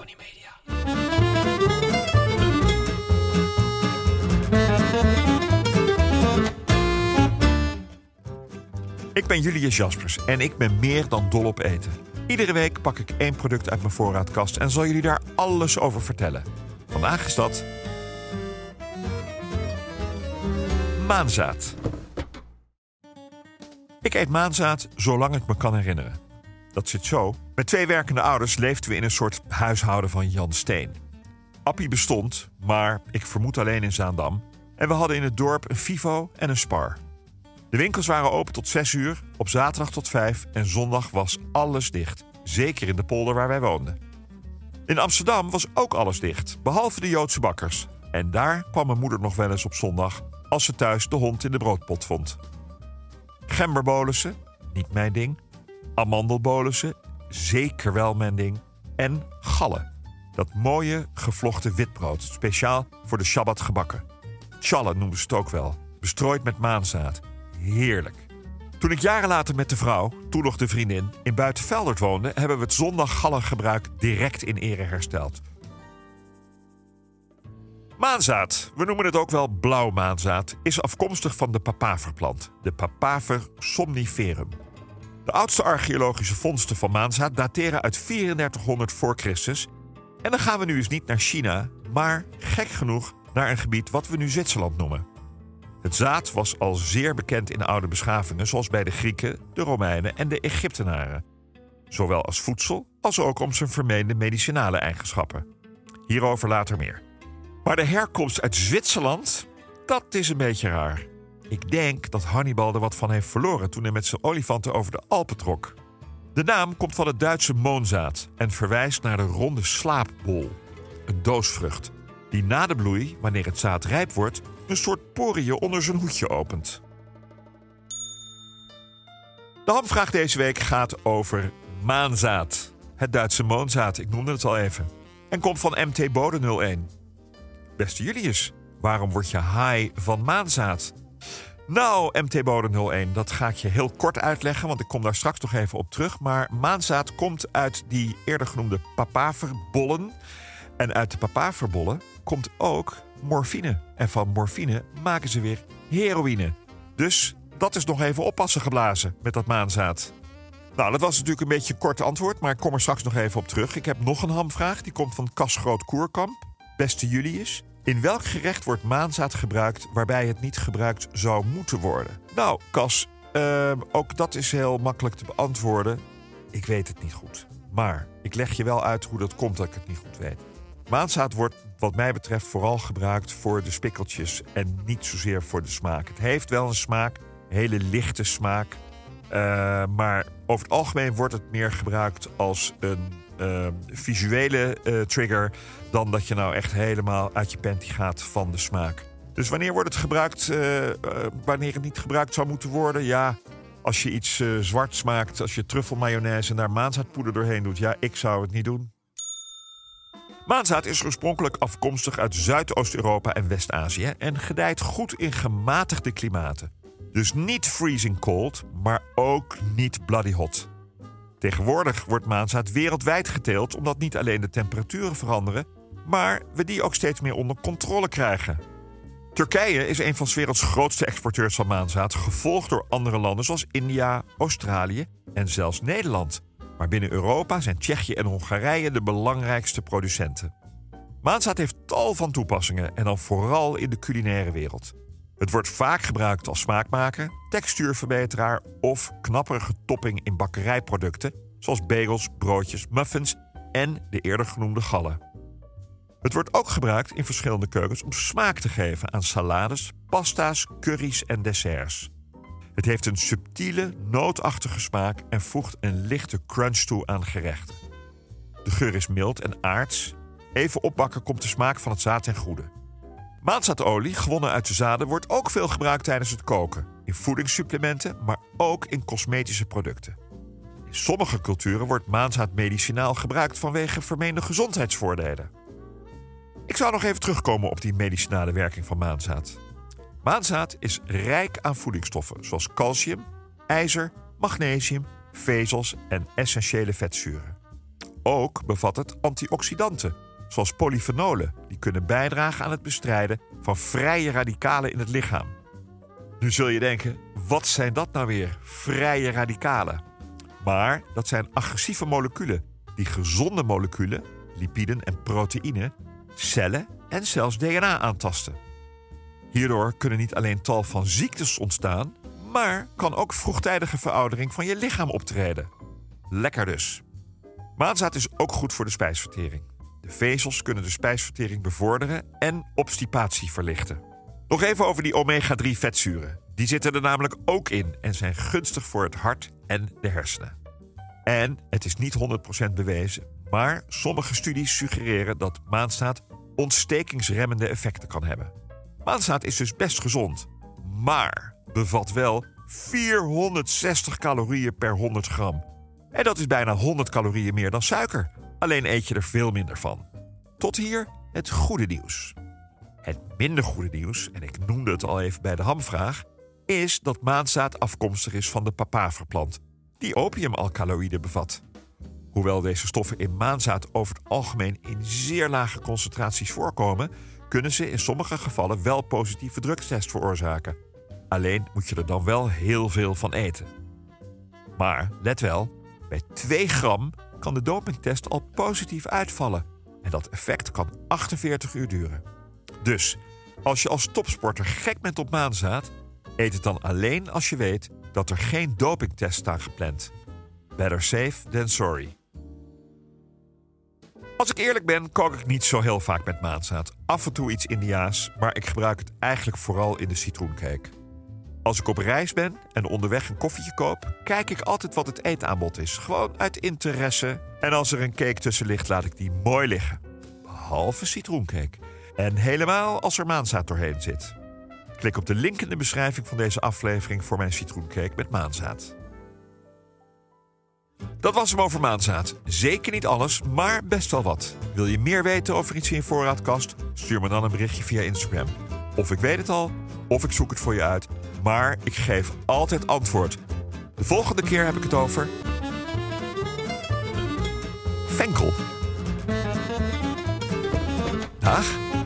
Tony Media. Ik ben Julius Jaspers en ik ben meer dan dol op eten. Iedere week pak ik 1 product uit mijn voorraadkast en zal jullie daar alles over vertellen. Vandaag is dat maanzaad. Ik eet maanzaad zolang ik me kan herinneren. Dat zit zo. Met 2 werkende ouders leefden we in een soort huishouden van Jan Steen. Appie bestond, maar ik vermoed alleen in Zaandam. En we hadden in het dorp een Vivo en een Spar. De winkels waren open tot 6 uur, op zaterdag tot 5 en zondag was alles dicht. Zeker in de polder waar wij woonden. In Amsterdam was ook alles dicht, behalve de Joodse bakkers. En daar kwam mijn moeder nog wel eens op zondag als ze thuis de hond in de broodpot vond. Gemberbolussen, niet mijn ding. Amandelbolussen, zeker wel mijn ding. En gallen, dat mooie gevlochten witbrood, speciaal voor de Shabbat gebakken. Tjallen noemden ze het ook wel, bestrooid met maanzaad. Heerlijk. Toen ik jaren later met de vrouw, toen nog de vriendin, in Buitenveldert woonde, hebben we het zondaggallengebruik direct in ere hersteld. Maanzaad, we noemen het ook wel blauw maanzaad, is afkomstig van de papaverplant, de Papaver somniferum. De oudste archeologische vondsten van maanzaad dateren uit 3400 voor Christus. En dan gaan we nu eens niet naar China, maar gek genoeg naar een gebied wat we nu Zwitserland noemen. Het zaad was al zeer bekend in oude beschavingen, zoals bij de Grieken, de Romeinen en de Egyptenaren. Zowel als voedsel, als ook om zijn vermeende medicinale eigenschappen. Hierover later meer. Maar de herkomst uit Zwitserland, dat is een beetje raar. Ik denk dat Hannibal er wat van heeft verloren toen hij met zijn olifanten over de Alpen trok. De naam komt van het Duitse moonzaad en verwijst naar de ronde slaapbol, een doosvrucht, die na de bloei, wanneer het zaad rijp wordt, een soort poriën onder zijn hoedje opent. De hamvraag deze week gaat over maanzaad. Het Duitse moonzaad, ik noemde het al even. En komt van MT Bode 01. Beste Julius, waarom word je high van maanzaad? Nou, MT Bode 01, dat ga ik je heel kort uitleggen, want ik kom daar straks nog even op terug. Maar maanzaad komt uit die eerder genoemde papaverbollen. En uit de papaverbollen komt ook morfine. En van morfine maken ze weer heroïne. Dus dat is nog even oppassen geblazen met dat maanzaad. Nou, dat was natuurlijk een beetje een kort antwoord, maar ik kom er straks nog even op terug. Ik heb nog een hamvraag, die komt van Cas Groot-Koerkamp. Beste Julius, in welk gerecht wordt maanzaad gebruikt waarbij het niet gebruikt zou moeten worden? Nou, Cas, ook dat is heel makkelijk te beantwoorden. Ik weet het niet goed. Maar ik leg je wel uit hoe dat komt dat ik het niet goed weet. Maanzaad wordt wat mij betreft vooral gebruikt voor de spikkeltjes en niet zozeer voor de smaak. Het heeft wel een smaak, een hele lichte smaak. Maar over het algemeen wordt het meer gebruikt als een visuele trigger dan dat je nou echt helemaal uit je panty gaat van de smaak. Dus wanneer wordt het gebruikt, wanneer het niet gebruikt zou moeten worden? Ja, als je iets zwart smaakt, als je truffelmayonaise en daar maanzaadpoeder doorheen doet, ja, ik zou het niet doen. Maanzaad is oorspronkelijk afkomstig uit Zuidoost-Europa en West-Azië en gedijt goed in gematigde klimaten. Dus niet freezing cold, maar ook niet bloody hot. Tegenwoordig wordt maanzaad wereldwijd geteeld omdat niet alleen de temperaturen veranderen, maar we die ook steeds meer onder controle krijgen. Turkije is een van 's werelds grootste exporteurs van maanzaad, gevolgd door andere landen zoals India, Australië en zelfs Nederland. Maar binnen Europa zijn Tsjechië en Hongarije de belangrijkste producenten. Maanzaad heeft tal van toepassingen en dan vooral in de culinaire wereld. Het wordt vaak gebruikt als smaakmaker, textuurverbeteraar of knapperige topping in bakkerijproducten, zoals bagels, broodjes, muffins en de eerder genoemde gallen. Het wordt ook gebruikt in verschillende keukens om smaak te geven aan salades, pasta's, curry's en desserts. Het heeft een subtiele, nootachtige smaak en voegt een lichte crunch toe aan gerechten. De geur is mild en aards. Even opbakken komt de smaak van het zaad ten goede. Maanzaadolie, gewonnen uit de zaden, wordt ook veel gebruikt tijdens het koken. In voedingssupplementen, maar ook in cosmetische producten. In sommige culturen wordt maanzaad medicinaal gebruikt vanwege vermeende gezondheidsvoordelen. Ik zou nog even terugkomen op die medicinale werking van maanzaad. Maanzaad is rijk aan voedingsstoffen zoals calcium, ijzer, magnesium, vezels en essentiële vetzuren. ook bevat het antioxidanten, zoals polyfenolen, die kunnen bijdragen aan het bestrijden van vrije radicalen in het lichaam. Nu zul je denken, wat zijn dat nou weer, vrije radicalen? Maar dat zijn agressieve moleculen die gezonde moleculen, lipiden en proteïnen, cellen en zelfs DNA aantasten. Hierdoor kunnen niet alleen tal van ziektes ontstaan, maar kan ook vroegtijdige veroudering van je lichaam optreden. Lekker dus. Maanzaad is ook goed voor de spijsvertering. De vezels kunnen de spijsvertering bevorderen en obstipatie verlichten. Nog even over die omega-3 vetzuren. Die zitten er namelijk ook in en zijn gunstig voor het hart en de hersenen. En het is niet 100% bewezen, maar sommige studies suggereren dat maanzaad ontstekingsremmende effecten kan hebben. Maanzaad is dus best gezond, maar bevat wel 460 calorieën per 100 gram. En dat is bijna 100 calorieën meer dan suiker. Alleen eet je er veel minder van. Tot hier het goede nieuws. Het minder goede nieuws, en ik noemde het al even bij de hamvraag, is dat maanzaad afkomstig is van de papaverplant, die opiumalkaloïden bevat. Hoewel deze stoffen in maanzaad over het algemeen in zeer lage concentraties voorkomen, kunnen ze in sommige gevallen wel positieve drugstest veroorzaken. Alleen moet je er dan wel heel veel van eten. Maar let wel, bij 2 gram kan de dopingtest al positief uitvallen. En dat effect kan 48 uur duren. Dus, als je als topsporter gek bent op maanzaad, eet het dan alleen als je weet dat er geen dopingtest staan gepland. Better safe than sorry. Als ik eerlijk ben, kook ik niet zo heel vaak met maanzaad. Af en toe iets Indiaas, maar ik gebruik het eigenlijk vooral in de citroencake. Als ik op reis ben en onderweg een koffietje koop, kijk ik altijd wat het eetaanbod is. Gewoon uit interesse. En als er een cake tussen ligt, laat ik die mooi liggen. Behalve citroencake. En helemaal als er maanzaad doorheen zit. Klik op de link in de beschrijving van deze aflevering voor mijn citroencake met maanzaad. Dat was hem over maanzaad. Zeker niet alles, maar best wel wat. Wil je meer weten over iets in je voorraadkast? Stuur me dan een berichtje via Instagram. Of ik weet het al, of ik zoek het voor je uit. Maar ik geef altijd antwoord. De volgende keer heb ik het over Fenkel. Dag.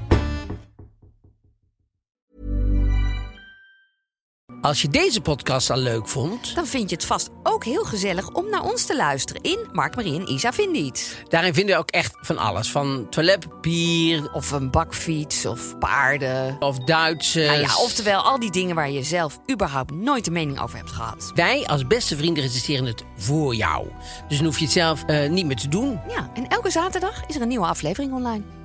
Als je deze podcast al leuk vond, dan vind je het vast ook heel gezellig om naar ons te luisteren in Mark Marie en Isa Vinden Iets. daarin vinden we ook echt van alles. Van toiletpapier Of een bakfiets of paarden. of Duitsers. Nou ja, oftewel al die dingen waar je zelf überhaupt nooit een mening over hebt gehad. Wij als beste vrienden recenseren het voor jou. Dus dan hoef je het zelf niet meer te doen. Ja, en elke zaterdag is er een nieuwe aflevering online.